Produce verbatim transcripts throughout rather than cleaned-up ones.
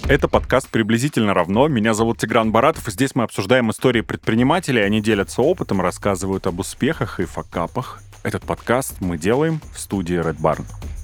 Это подкаст «Приблизительно равно». Меня зовут Тигран Баратов, и здесь мы обсуждаем истории предпринимателей. Они делятся опытом, рассказывают об успехах и факапах. Этот подкаст мы делаем в студии Red Barn.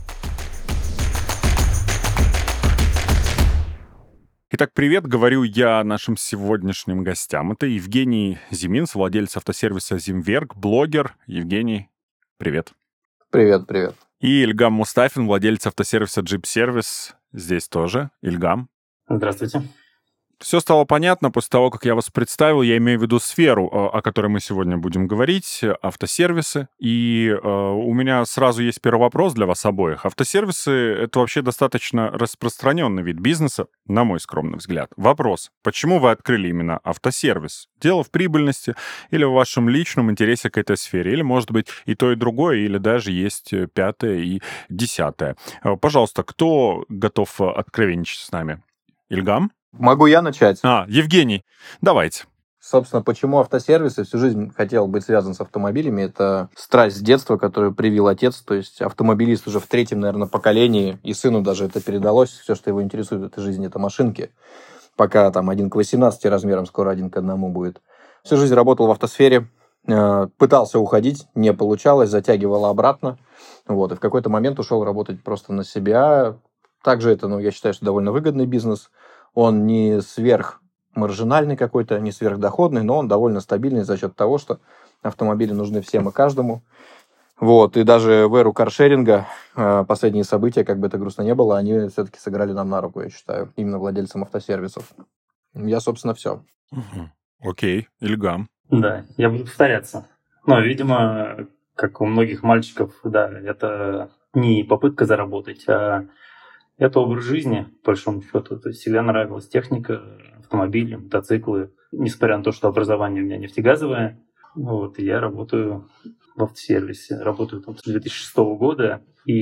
Итак, привет, говорю я нашим сегодняшним гостям. Это Евгений Зиминц, владелец автосервиса «Зимверк», блогер. Евгений, привет. Привет, привет. И Ильгам Мустафин, владелец автосервиса Jeep Service. Здесь тоже. Ильгам. Здравствуйте. Все стало понятно после того, как я вас представил. Я имею в виду сферу, о которой мы сегодня будем говорить, автосервисы. И э, у меня сразу есть первый вопрос для вас обоих. Автосервисы — это вообще достаточно распространенный вид бизнеса, на мой скромный взгляд. Вопрос: почему вы открыли именно автосервис? Дело в прибыльности или в вашем личном интересе к этой сфере? Или, может быть, и то, и другое, или даже есть пятое и десятое? Пожалуйста, кто готов откровенничать с нами? Ильгам? Могу я начать? А, Евгений, давайте. Собственно, почему автосервисы? Всю жизнь хотел быть связан с автомобилями. Это страсть с детства, которую привил отец. То есть автомобилист уже в третьем, наверное, поколении. И сыну даже это передалось. Все, что его интересует в этой жизни, это машинки. Пока там один к восемнадцати размером, скоро один к одному будет. Всю жизнь работал в автосфере. Пытался уходить, не получалось, затягивало обратно. Вот, и в какой-то момент ушел работать просто на себя. Также это, ну, я считаю, что довольно выгодный бизнес. Он не сверхмаржинальный какой-то, не сверхдоходный, но он довольно стабильный за счет того, что автомобили нужны всем и каждому. Вот. И даже в эру каршеринга последние события, как бы это грустно не было, они все-таки сыграли нам на руку, я считаю, именно владельцам автосервисов. Я, собственно, все. Угу. Окей. Ильгам. Да, я буду повторяться. Но, видимо, как у многих мальчиков, да, это не попытка заработать, а это образ жизни, по большому счету. То есть всегда нравилась техника, автомобили, мотоциклы. Несмотря на то, что образование у меня нефтегазовое, вот, я работаю в автосервисе. Работаю там с две тысячи шестого года.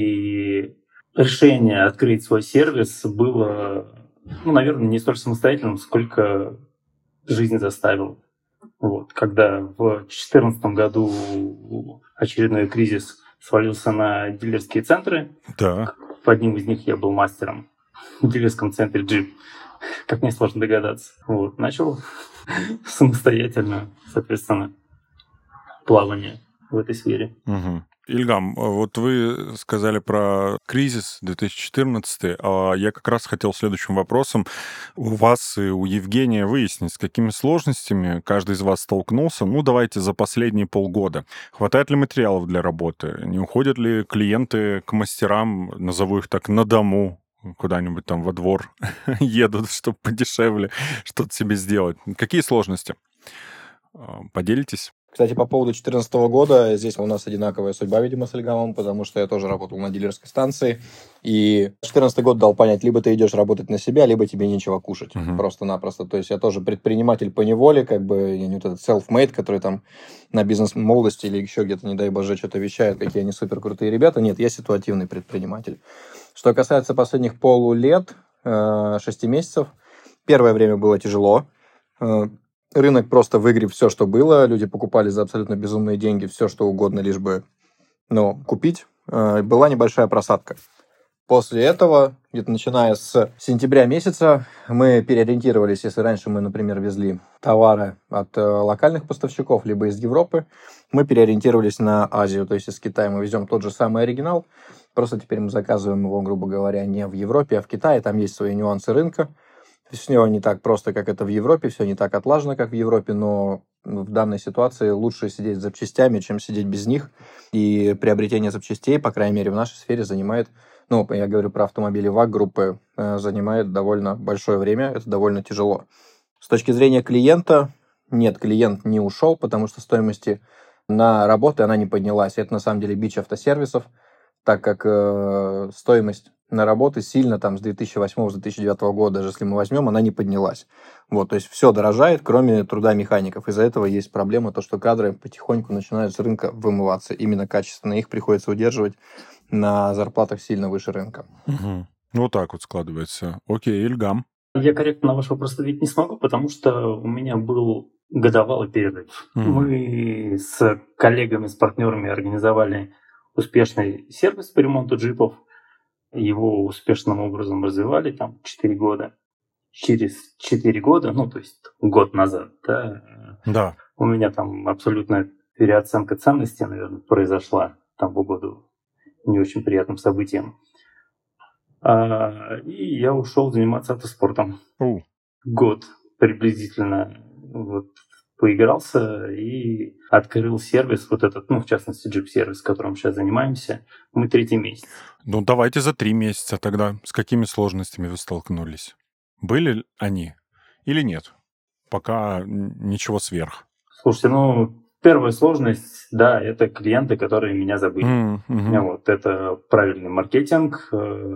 И решение открыть свой сервис было, ну, наверное, не столь самостоятельным, сколько жизнь заставила. Вот. Когда в две тысячи четырнадцатом году очередной кризис свалился на дилерские центры, да. В одним из них я был мастером в дилерском центре Jeep, как несложно догадаться. Вот. Начал самостоятельно, соответственно, плавание в этой сфере. Угу. Ильгам, вот вы сказали про кризис две тысячи четырнадцатый, а я как раз хотел следующим вопросом у вас и у Евгения выяснить, с какими сложностями каждый из вас столкнулся, ну, давайте за последние полгода. Хватает ли материалов для работы? Не уходят ли клиенты к мастерам, назову их так, на дому, куда-нибудь там во двор едут, чтобы подешевле что-то себе сделать? Какие сложности? Поделитесь? Кстати, по поводу две тысячи четырнадцатого года, здесь у нас одинаковая судьба, видимо, с Ильгамом, потому что я тоже работал на дилерской станции, и две тысячи четырнадцатый год дал понять, либо ты идешь работать на себя, либо тебе нечего кушать, uh-huh. просто-напросто. То есть я тоже предприниматель по неволе, как бы, я не вот этот self-made, который там на бизнес-молодости или еще где-то, не дай боже, что-то вещают, какие они супер крутые ребята. Нет, я ситуативный предприниматель. Что касается последних полулет, шести месяцев, первое время было тяжело. Рынок просто выгреб все, что было. Люди покупали за абсолютно безумные деньги все, что угодно, лишь бы, ну, купить. Была небольшая просадка. После этого, где-то начиная с сентября месяца, мы переориентировались. Если раньше мы, например, везли товары от локальных поставщиков, либо из Европы, мы переориентировались на Азию. То есть из Китая мы везем тот же самый оригинал, просто теперь мы заказываем его, грубо говоря, не в Европе, а в Китае. Там есть свои нюансы рынка. Все не так просто, как это в Европе, все не так отлажено, как в Европе, но в данной ситуации лучше сидеть с запчастями, чем сидеть без них. И приобретение запчастей, по крайней мере, в нашей сфере занимает, ну, я говорю про автомобили ВАГ-группы, занимает довольно большое время, это довольно тяжело. С точки зрения клиента, нет, клиент не ушел, потому что стоимости на работы она не поднялась. Это на самом деле бич автосервисов, так как э, стоимость на работы сильно там с две тысячи восьмого - две тысячи девятого года, даже если мы возьмем, она не поднялась. Вот, то есть все дорожает, кроме труда механиков. Из-за этого есть проблема, то, что кадры потихоньку начинают с рынка вымываться. Именно качественно их приходится удерживать на зарплатах сильно выше рынка. Угу. Вот так вот складывается. Окей, Ильгам. Я корректно на ваш вопрос ответить не смогу, потому что у меня был годовалый перерыв. Mm. Мы с коллегами, с партнерами организовали успешный сервис по ремонту джипов. Его успешным образом развивали там четыре года. через четыре года, ну, то есть год назад, да, да. у меня там абсолютная переоценка ценностей, наверное, произошла там в угоду не очень приятным событиям. А, и я ушел заниматься автоспортом. У. Год приблизительно вот, поигрался и открыл сервис, вот этот, ну, в частности, джип-сервис, которым сейчас занимаемся. Мы третий месяц. Ну, давайте за три месяца тогда. С какими сложностями вы столкнулись? Были они или нет? Пока ничего сверх. Слушайте, ну, первая сложность, да, это клиенты, которые меня забыли. Mm-hmm. Вот, это правильный маркетинг.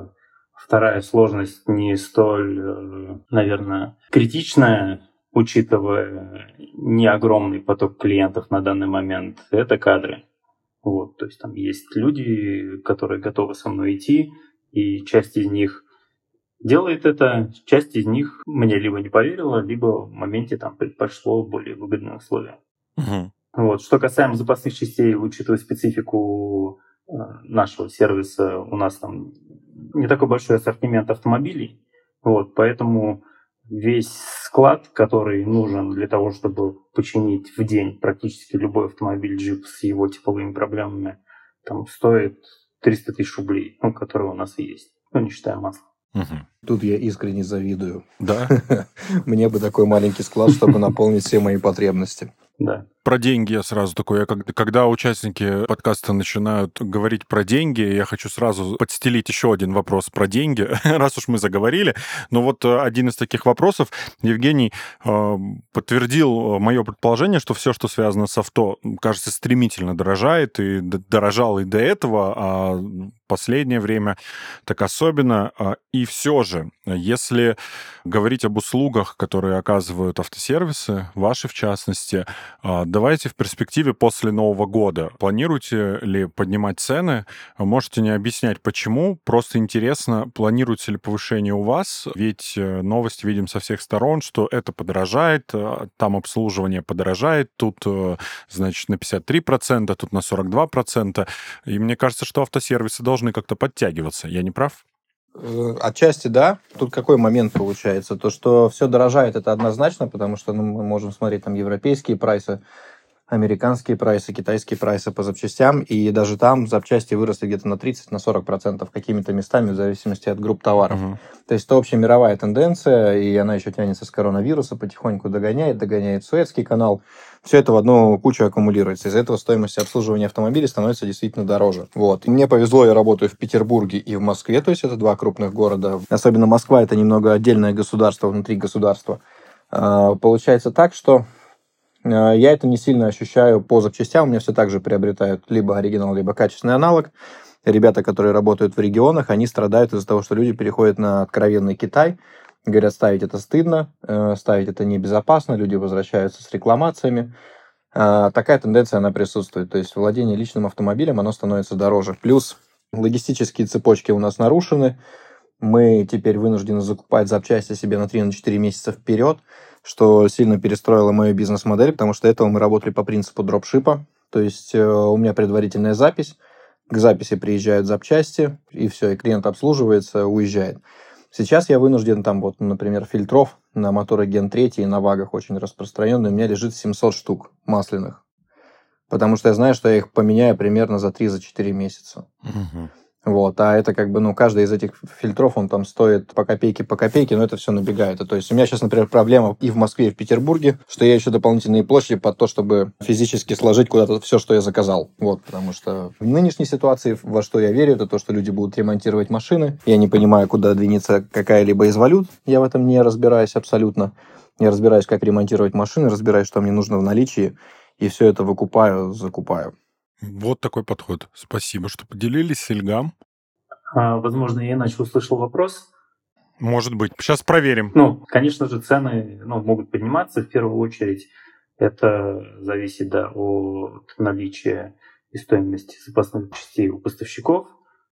Вторая сложность не столь, наверное, критичная, учитывая не огромный поток клиентов на данный момент, это кадры. Вот, то есть там есть люди, которые готовы со мной идти, и часть из них делает это, часть из них мне либо не поверила, либо в моменте там предпочло более выгодные условия. Uh-huh. Вот. Что касаемо запасных частей, учитывая специфику э, нашего сервиса, у нас там не такой большой ассортимент автомобилей, вот, поэтому весь склад, который нужен для того, чтобы починить в день практически любой автомобиль джип с его типовыми проблемами, там стоит триста тысяч рублей, ну, которые у нас и есть, ну, не считая масла. Угу. Тут я искренне завидую. Да? Мне бы такой маленький склад, чтобы наполнить все мои потребности. Да. Про деньги я сразу такой. Я, когда участники подкаста начинают говорить про деньги, я хочу сразу подстелить еще один вопрос про деньги, раз уж мы заговорили. Но вот один из таких вопросов. Евгений э, подтвердил мое предположение, что все, что связано с авто, кажется, стремительно дорожает, и дорожало и до этого, а последнее время так особенно. И все же, если говорить об услугах, которые оказывают автосервисы, ваши в частности, давайте в перспективе после Нового года. Планируете ли поднимать цены? Можете не объяснять, почему. Просто интересно, планируете ли повышение у вас? Ведь новости видим со всех сторон, что это подорожает, там обслуживание подорожает, тут, значит, на пятьдесят три процента, тут на сорок два процента. И мне кажется, что автосервисы должны как-то подтягиваться. Я не прав? Отчасти да. Тут какой момент получается? То, что все дорожает, это однозначно, потому что ну, мы можем смотреть там европейские прайсы, американские прайсы, китайские прайсы по запчастям, и даже там запчасти выросли где-то на тридцать-сорок процентов какими-то местами в зависимости от групп товаров. Uh-huh. То есть это общая мировая тенденция, и она еще тянется с коронавируса, потихоньку догоняет, догоняет Суэцкий канал. Все это в одну кучу аккумулируется. Из-за этого стоимость обслуживания автомобилей становится действительно дороже. Вот. И мне повезло, я работаю в Петербурге и в Москве, то есть это два крупных города. Особенно Москва – это немного отдельное государство внутри государства. Получается так, что я это не сильно ощущаю по запчастям. У меня все так же приобретают либо оригинал, либо качественный аналог. Ребята, которые работают в регионах, они страдают из-за того, что люди переходят на откровенный Китай. Говорят, ставить это стыдно, ставить это небезопасно, люди возвращаются с рекламациями. Такая тенденция, она присутствует. То есть владение личным автомобилем, оно становится дороже. Плюс логистические цепочки у нас нарушены. Мы теперь вынуждены закупать запчасти себе на три-четыре месяца вперед, что сильно перестроило мою бизнес-модель, потому что до этого мы работали по принципу дропшипа. То есть у меня предварительная запись, к записи приезжают запчасти, и все, и клиент обслуживается, уезжает. Сейчас я вынужден, там вот, например, фильтров на моторы Ген три и на вагах очень распространенные, у меня лежит семьсот штук масляных. Потому что я знаю, что я их поменяю примерно за три-четыре месяца. Угу. Вот, а это как бы, ну, каждый из этих фильтров, он там стоит по копейке, по копейке, но это все набегает. То есть у меня сейчас, например, проблема и в Москве, и в Петербурге, что я ищу дополнительные площади под то, чтобы физически сложить куда-то все, что я заказал. Вот, потому что в нынешней ситуации, во что я верю, это то, что люди будут ремонтировать машины. Я не понимаю, куда двинется какая-либо из валют. Я в этом не разбираюсь абсолютно. Я разбираюсь, как ремонтировать машины, разбираюсь, что мне нужно в наличии, и все это выкупаю, закупаю. Вот такой подход. Спасибо, что поделились, Ильгам. А, возможно, я иначе услышал вопрос. Может быть. Сейчас проверим. Ну, конечно же, цены ну, могут подниматься. В первую очередь, это зависит да, от наличия и стоимости запасных частей у поставщиков.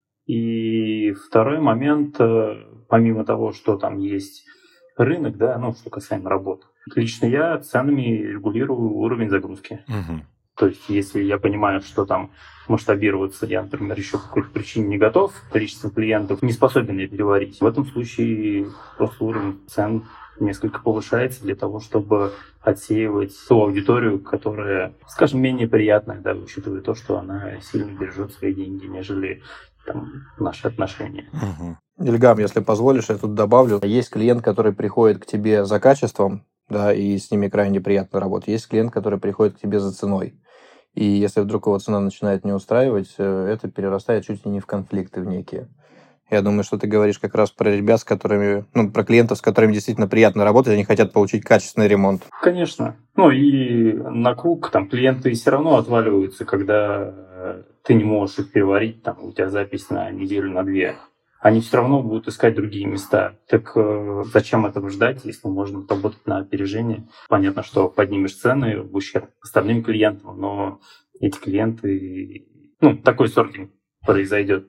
И второй момент, помимо того, что там есть рынок, да, ну, что касаемо работы. Лично я ценами регулирую уровень загрузки. Угу. То есть, если я понимаю, что там масштабироваться я, например, еще по какой-то причине не готов, количество клиентов не способен я переварить, в этом случае просто уровень цен несколько повышается для того, чтобы отсеивать ту аудиторию, которая, скажем, менее приятная, да, учитывая то, что она сильно бережет свои деньги, нежели там, наши отношения. Угу. Ильгам, если позволишь, я тут добавлю. Есть клиент, который приходит к тебе за качеством, да, и с ними крайне приятно работать. Есть клиент, который приходит к тебе за ценой. И если вдруг его цена начинает не устраивать, это перерастает чуть ли не в конфликты в некие. Я думаю, что ты говоришь как раз про ребят, с которыми, ну, про клиентов, с которыми действительно приятно работать, они хотят получить качественный ремонт. Конечно. Ну и на круг там клиенты все равно отваливаются, когда ты не можешь их переварить, там у тебя запись на неделю, на две. Они все равно будут искать другие места. Так э, зачем этого ждать, если можно работать на опережение? Понятно, что поднимешь цены в ущерб остальным клиентам, но эти клиенты... Ну, такой сортинг произойдет.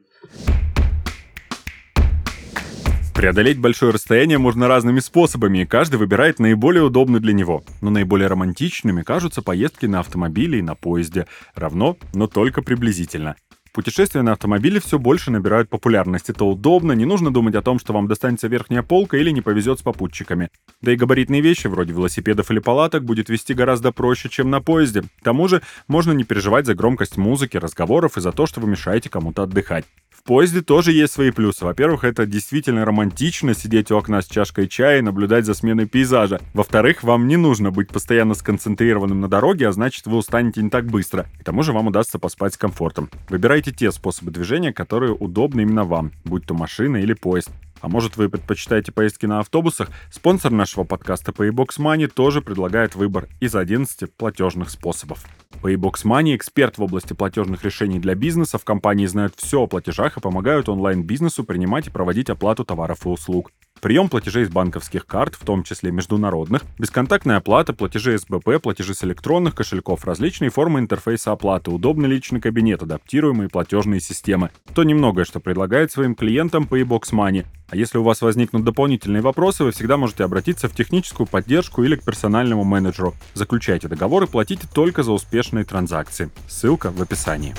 Преодолеть большое расстояние можно разными способами, и каждый выбирает наиболее удобный для него. Но наиболее романтичными кажутся поездки на автомобиле и на поезде. Равно, но только приблизительно. Путешествия на автомобиле все больше набирают популярность. Это удобно, не нужно думать о том, что вам достанется верхняя полка или не повезет с попутчиками. Да и габаритные вещи, вроде велосипедов или палаток, будет вести гораздо проще, чем на поезде. К тому же, можно не переживать за громкость музыки, разговоров и за то, что вы мешаете кому-то отдыхать. В поезде тоже есть свои плюсы. Во-первых, это действительно романтично сидеть у окна с чашкой чая и наблюдать за сменой пейзажа. Во-вторых, вам не нужно быть постоянно сконцентрированным на дороге, а значит, вы устанете не так быстро. К тому же вам удастся поспать с комфортом. Выбирайте те способы движения, которые удобны именно вам, будь то машина или поезд. А может, вы предпочитаете поездки на автобусах? Спонсор нашего подкаста Paybox Money тоже предлагает выбор из одиннадцати платежных способов. Paybox Money — эксперт в области платежных решений для бизнеса. В компании знают все о платежах и помогают онлайн-бизнесу принимать и проводить оплату товаров и услуг. Прием платежей с банковских карт, в том числе международных, бесконтактная оплата, платежи эс бэ пэ, платежи с электронных кошельков, различные формы интерфейса оплаты, удобный личный кабинет, адаптируемые платежные системы. То немногое, что предлагает своим клиентам Paybox Money. А если у вас возникнут дополнительные вопросы, вы всегда можете обратиться в техническую поддержку или к персональному менеджеру. Заключайте договор и платите только за успешные транзакции. Ссылка в описании.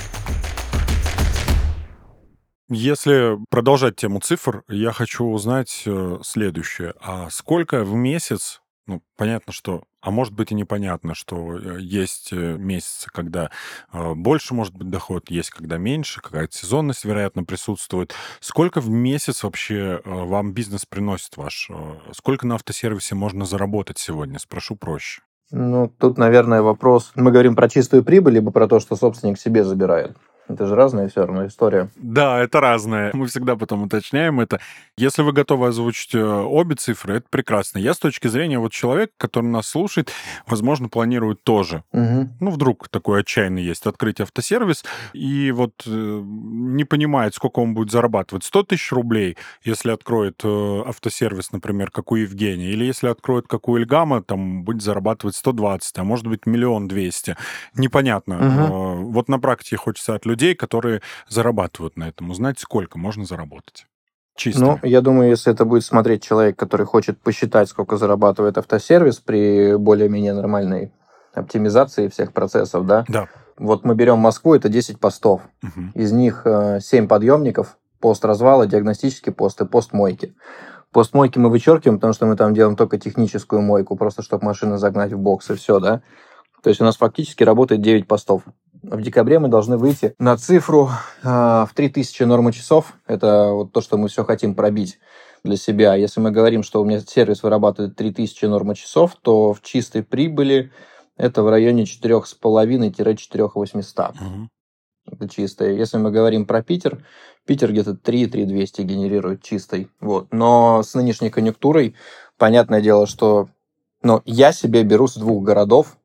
Если продолжать тему цифр, я хочу узнать э, следующее. А сколько в месяц, ну, понятно, что, а может быть и непонятно, что э, есть э, месяцы, когда э, больше может быть доход, есть когда меньше, какая-то сезонность, вероятно, присутствует. Сколько в месяц вообще э, вам бизнес приносит ваш? Э, сколько на автосервисе можно заработать сегодня? Спрошу проще. Ну, тут, наверное, вопрос. Мы говорим про чистую прибыль, либо про то, что собственник себе забирает. Это же разная все равно история. Да, это разное. Мы всегда потом уточняем это. Если вы готовы озвучить обе цифры, это прекрасно. Я с точки зрения вот человека, который нас слушает, возможно, планирует тоже. Угу. Ну, вдруг такой отчаянный есть, открыть автосервис, и вот э, не понимает, сколько он будет зарабатывать. сто тысяч рублей, если откроет э, автосервис, например, как у Евгения, или если откроет, как у Ильгама, там будет зарабатывать сто двадцать, а может быть, миллион двести. Непонятно. Угу. Э, вот на практике хочется от людей, которые зарабатывают на этом, узнать, сколько можно заработать. Чисто. Ну, я думаю, если это будет смотреть человек, который хочет посчитать, сколько зарабатывает автосервис при более-менее нормальной оптимизации всех процессов, да? Да. Вот мы берем Москву, это десять постов. Угу. Из них семь подъемников, пост развала, диагностический пост и пост мойки. Пост мойки мы вычеркиваем, потому что мы там делаем только техническую мойку, просто чтобы машину загнать в бокс и все, да? То есть у нас фактически работает девять постов. В декабре мы должны выйти на цифру э, в три тысячи нормы часов. Это вот то, что мы все хотим пробить для себя. Если мы говорим, что у меня сервис вырабатывает три тысячи нормы часов, то в чистой прибыли это в районе четыре с половиной - четыре тысячи восемьсот. Угу. Это чистое. Если мы говорим про Питер, Питер где-то три - три тысячи двести генерирует чистой. Вот. Но с нынешней конъюнктурой, понятное дело, что ну, я себе беру с двух городов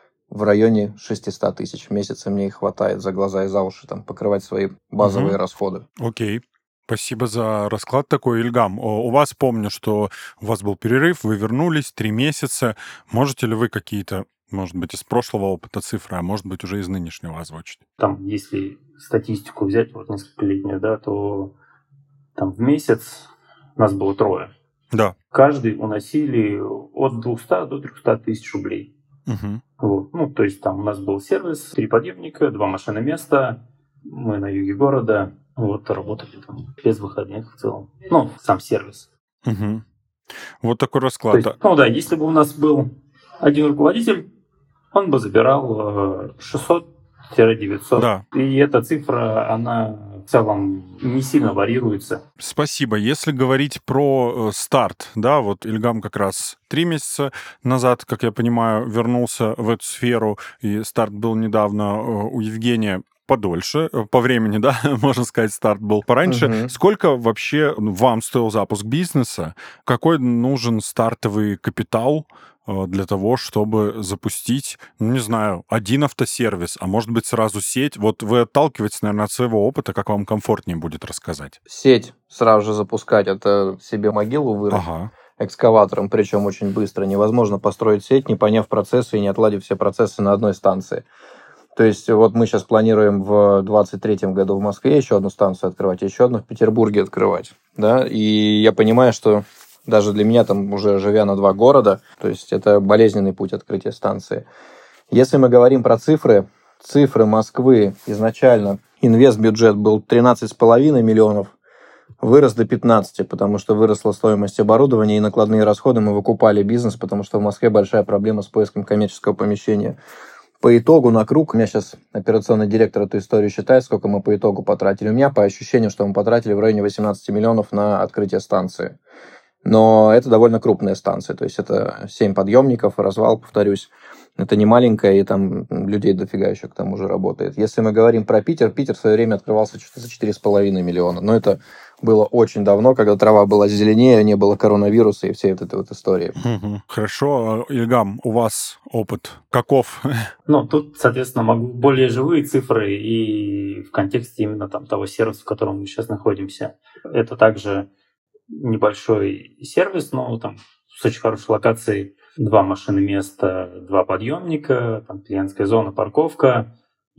в районе шестьсот тысяч в месяц, и мне их хватает за глаза и за уши там, покрывать свои базовые угу. расходы. Окей. Спасибо за расклад такой, Ильгам. У вас, помню, что у вас был перерыв, вы вернулись, три месяца. Можете ли вы какие-то, может быть, из прошлого опыта цифры, а может быть, уже из нынешнего озвучить? Там, если статистику взять, вот нескольколетнюю, да, то там в месяц нас было трое. Да. Каждый уносили от двухсот до трехсот тысяч рублей. Угу. Вот. Ну, то есть там у нас был сервис, три подъемника, два машиноместа, мы на юге города, вот, работали там без выходных в целом. Ну, сам сервис. Угу. Вот такой расклад. Есть, ну да, если бы у нас был один руководитель, он бы забирал шестьсот-девятьсот. Да. И эта цифра, она в целом не сильно варьируется. Спасибо. Если говорить про э, старт, да, вот Ильгам как раз три месяца назад, как я понимаю, вернулся в эту сферу, и старт был недавно э, у Евгения подольше, по времени, да, можно сказать, старт был пораньше. Мгм. Сколько вообще вам стоил запуск бизнеса? Какой нужен стартовый капитал э, для того, чтобы запустить, ну, не знаю, один автосервис, а может быть сразу сеть? Вот вы отталкиваетесь, наверное, от своего опыта, как вам комфортнее будет рассказать. Сеть сразу же запускать, это себе могилу вырыть. Ага. Экскаватором, причем очень быстро. Невозможно построить сеть, не поняв процессы и не отладив все процессы на одной станции. То есть вот мы сейчас планируем в двадцать третьем году в Москве еще одну станцию открывать, еще одну в Петербурге открывать. Да? И я понимаю, что даже для меня, там уже живя на два города, то есть это болезненный путь открытия станции. Если мы говорим про цифры, цифры Москвы изначально, инвестбюджет был тринадцать с половиной миллионов, вырос до пятнадцати, потому что выросла стоимость оборудования и накладные расходы. Мы выкупали бизнес, потому что в Москве большая проблема с поиском коммерческого помещения. По итогу на круг, у меня сейчас операционный директор эту историю считает, сколько мы по итогу потратили. У меня по ощущениям, что мы потратили в районе восемнадцати миллионов на открытие станции. Но это довольно крупная станция, то есть это семь подъемников, развал, повторюсь. Это не маленькая, и там людей дофига еще к тому же работает. Если мы говорим про Питер, Питер в свое время открывался что-то за четыре с половиной миллиона. Но это было очень давно, когда трава была зеленее, не было коронавируса и всей вот этой вот истории. Угу. Хорошо. Ильгам, у вас опыт каков? Ну, тут, соответственно, могу более живые цифры и в контексте именно там того сервиса, в котором мы сейчас находимся. Это также небольшой сервис, но там с очень хорошей локацией. Два машины места, два подъемника, там клиентская зона, парковка.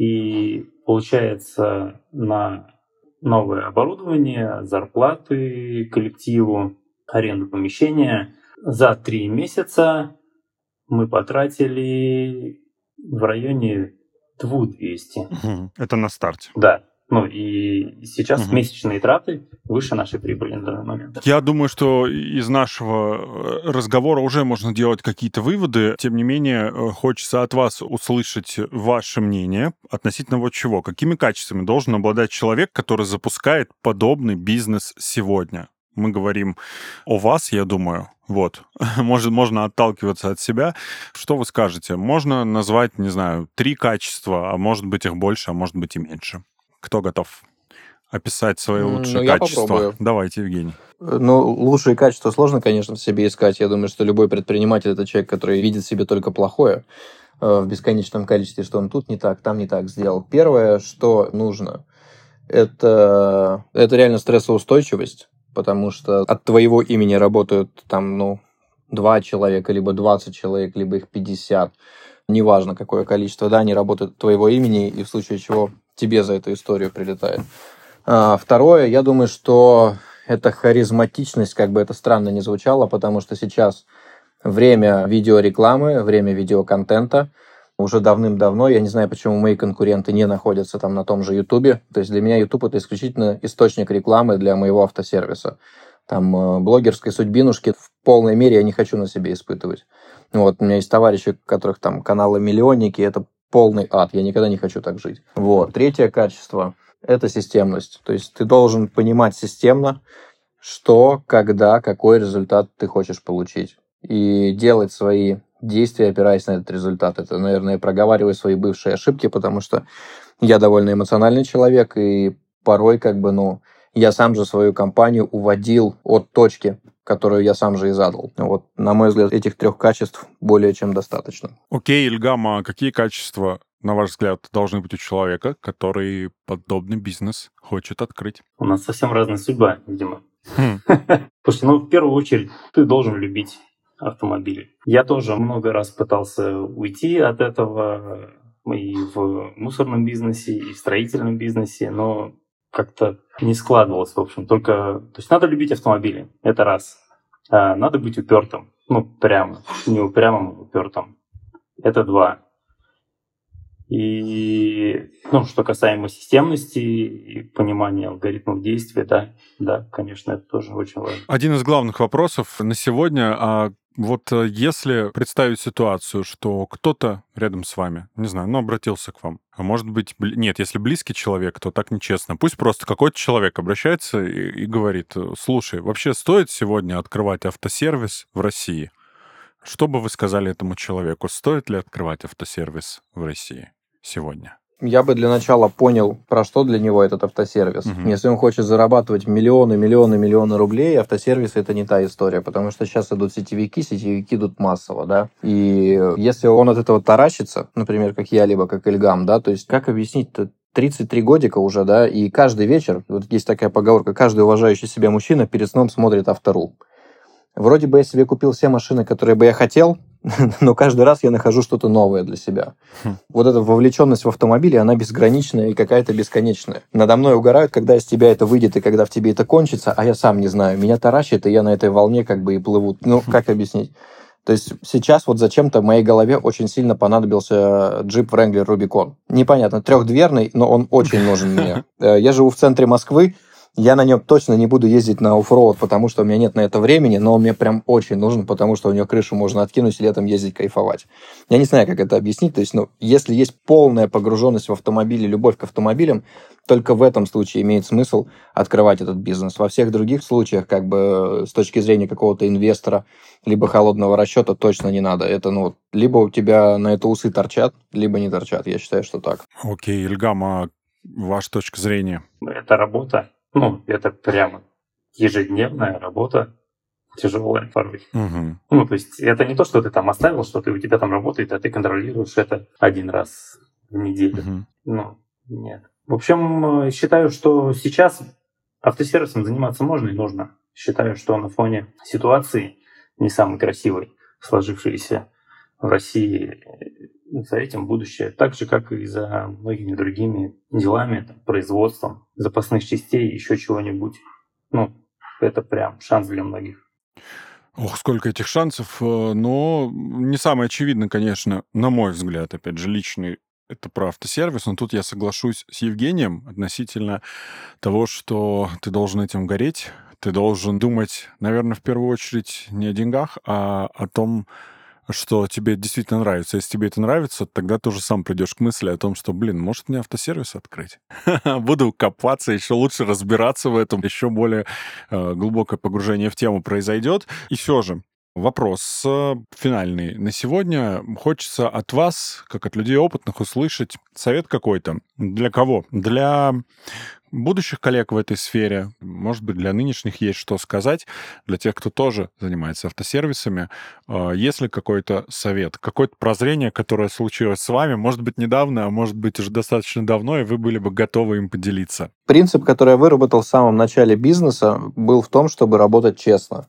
И получается на новое оборудование, зарплаты коллективу, аренду помещения. За три месяца мы потратили в районе две тысячи двести. Это на старте. Да. Ну и сейчас Угу. месячные траты выше нашей прибыли на данный момент. Я думаю, что из нашего разговора уже можно делать какие-то выводы. Тем не менее, хочется от вас услышать ваше мнение относительно вот чего. Какими качествами должен обладать человек, который запускает подобный бизнес сегодня? Мы говорим о вас, я думаю. Вот. Может, можно отталкиваться от себя. Что вы скажете? Можно назвать, не знаю, три качества, а может быть их больше, а может быть и меньше. Кто готов описать свои лучшие Ну, я качества? попробую. Давайте, Евгений. Ну, лучшие качества сложно, конечно, в себе искать. Я думаю, что любой предприниматель – это человек, который видит в себе только плохое э, в бесконечном количестве, что он тут не так, там не так сделал. Первое, что нужно, это, это реально стрессоустойчивость, потому что от твоего имени работают там, ну, два человека, либо двадцать человек, либо их пятьдесят. Неважно, какое количество, да, они работают от твоего имени, и в случае чего тебе за эту историю прилетает. А, второе, я думаю, что это харизматичность, как бы это странно ни звучало, потому что сейчас время видеорекламы, время видеоконтента. Уже давным-давно, я не знаю, почему мои конкуренты не находятся там на том же Ютубе. То есть для меня Ютуб – это исключительно источник рекламы для моего автосервиса. Там э, блогерской судьбинушки в полной мере я не хочу на себе испытывать. Вот, у меня есть товарищи, у которых там каналы миллионники, это полный ад, я никогда не хочу так жить. Вот. Третье качество – это системность. То есть ты должен понимать системно, что, когда, какой результат ты хочешь получить. И делать свои действия, опираясь на этот результат. Это, наверное, я проговариваю свои бывшие ошибки, потому что я довольно эмоциональный человек, и порой, как бы, ну, я сам же свою компанию уводил от точки, которую я сам же и задал. Вот, на мой взгляд, этих трех качеств более чем достаточно. Окей, Ильгам, а какие качества, на ваш взгляд, должны быть у человека, который подобный бизнес хочет открыть? У нас совсем разная судьба, видимо. Хм. Слушайте, ну, в первую очередь, ты должен любить автомобили. Я тоже много раз пытался уйти от этого и в мусорном бизнесе, и в строительном бизнесе, но как-то не складывалось, в общем. Только, то есть надо любить автомобили, это раз. А надо быть упертым, ну, прямо, не упрямым, а упертым. Это два. И Ну, что касаемо системности и понимания алгоритмов действия, да, да, конечно, это тоже очень важно. Один из главных вопросов на сегодня, а вот если представить ситуацию, что кто-то рядом с вами, не знаю, ну, обратился к вам, а может быть, бли... нет, если близкий человек, то так нечестно. Пусть просто какой-то человек обращается и, и говорит: слушай, вообще стоит сегодня открывать автосервис в России? Что бы вы сказали этому человеку? Стоит ли открывать автосервис в России сегодня? Я бы для начала понял, про что для него этот автосервис. Угу. Если он хочет зарабатывать миллионы, миллионы, миллионы рублей, автосервис — это не та история, потому что сейчас идут сетевики, сетевики идут массово, да. И если он от этого таращится, например, как я, либо как Ильгам, да, то есть как объяснить-то? тридцать три годика уже, да, и каждый вечер, вот есть такая поговорка, каждый уважающий себя мужчина перед сном смотрит Автору. Вроде бы я себе купил все машины, которые бы я хотел, но каждый раз я нахожу что-то новое для себя. Хм. Вот эта вовлеченность в автомобиле, она безграничная и какая-то бесконечная. Надо мной угорают, когда из тебя это выйдет и когда в тебе это кончится, а я сам не знаю. Меня таращит, и я на этой волне как бы и плыву. Ну, как объяснить? То есть сейчас вот зачем-то в моей голове очень сильно понадобился джип Wrangler Rubicon. Непонятно, трехдверный, но он очень нужен мне. Я живу в центре Москвы. Я на нем точно не буду ездить на оффроуд, потому что у меня нет на это времени, но он мне прям очень нужен, потому что у него крышу можно откинуть и летом ездить кайфовать. Я не знаю, как это объяснить. То есть, ну, если есть полная погруженность в автомобили, любовь к автомобилям, только в этом случае имеет смысл открывать этот бизнес. Во всех других случаях, как бы с точки зрения какого-то инвестора, либо холодного расчета, точно не надо. Это, ну, либо у тебя на это усы торчат, либо не торчат. Я считаю, что так. Окей, Ильгам, а ваша точка зрения? Это работа. Ну, это прямо ежедневная работа, тяжелая порой. Угу. Ну, то есть это не то, что ты там оставил, что ты, у тебя там работает, а ты контролируешь это один раз в неделю. Угу. Ну, нет. В общем, считаю, что сейчас автосервисом заниматься можно и нужно. Считаю, что на фоне ситуации не самой красивой, сложившейся в России, за этим будущее. Так же, как и за многими другими делами, там, производством запасных частей, еще чего-нибудь. Ну, это прям шанс для многих. Ох, сколько этих шансов. Но не самое очевидно, конечно, на мой взгляд, опять же, личный, это про автосервис. Но тут я соглашусь с Евгением относительно того, что ты должен этим гореть. Ты должен думать, наверное, в первую очередь не о деньгах, а о том, что тебе действительно нравится. Если тебе это нравится, тогда ты уже сам придешь к мысли о том, что, блин, может мне автосервис открыть? Буду копаться, еще лучше разбираться в этом, еще более э, глубокое погружение в тему произойдет. И все же, вопрос э, финальный. На сегодня хочется от вас, как от людей опытных, услышать совет какой-то. Для кого? Для будущих коллег в этой сфере, может быть, для нынешних есть что сказать, для тех, кто тоже занимается автосервисами. Есть ли какой-то совет, какое-то прозрение, которое случилось с вами, может быть, недавно, а может быть, уже достаточно давно, и вы были бы готовы им поделиться? Принцип, который я выработал в самом начале бизнеса, был в том, чтобы работать честно.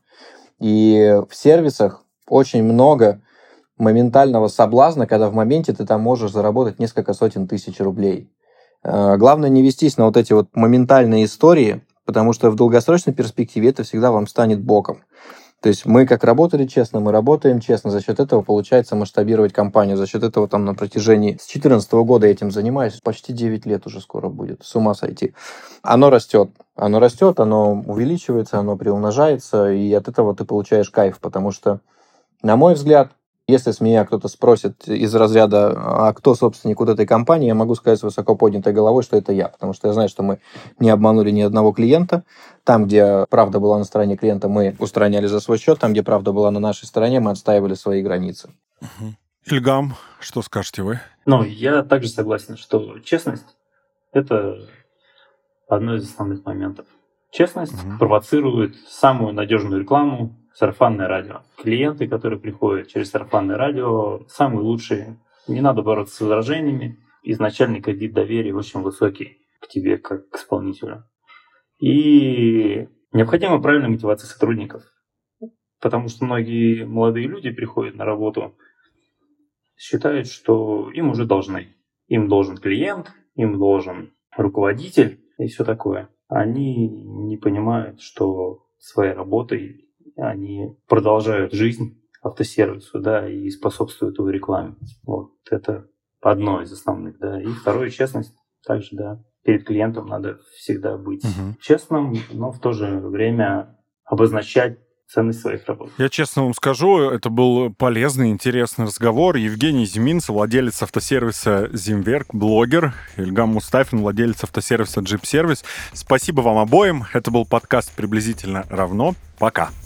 И в сервисах очень много моментального соблазна, когда в моменте ты там можешь заработать несколько сотен тысяч рублей. Главное не вестись на вот эти вот моментальные истории, потому что в долгосрочной перспективе это всегда вам станет боком. То есть мы как работали честно, мы работаем честно, за счет этого получается масштабировать компанию, за счет этого там на протяжении с две тысячи четырнадцатого года я этим занимаюсь, почти девять лет уже скоро будет, с ума сойти. Оно растет, оно растет, оно увеличивается, оно приумножается, и от этого ты получаешь кайф, потому что, на мой взгляд, если с меня кто-то спросит из разряда, а кто собственник вот этой компании, я могу сказать с высоко поднятой головой, что это я, потому что я знаю, что мы не обманули ни одного клиента. Там, где правда была на стороне клиента, мы устраняли за свой счет, там, где правда была на нашей стороне, мы отстаивали свои границы. Угу. Ильгам, что скажете вы? Ну, я также согласен, что честность – это одно из основных моментов. Честность угу. провоцирует самую надежную рекламу, сарафанное радио. Клиенты, которые приходят через сарафанное радио, самые лучшие. Не надо бороться с возражениями. Изначальный кредит доверия очень высокий к тебе, как к исполнителю. И необходима правильная мотивация сотрудников. Потому что многие молодые люди приходят на работу, считают, что им уже должны. Им должен клиент, им должен руководитель и все такое. Они не понимают, что своей работой они продолжают жизнь автосервису, да, и способствуют его рекламе. Вот это одно из основных, да. И второе — честность. также, да, перед клиентом надо всегда быть угу. честным, но в то же время обозначать ценность своих работ. Я честно вам скажу, это был полезный, интересный разговор. Евгений Зиминц, владелец автосервиса «Зимверк», блогер. Ильгам Мустафин, владелец автосервиса «Джип Сервис». Спасибо вам обоим. Это был подкаст «Приблизительно равно». Пока.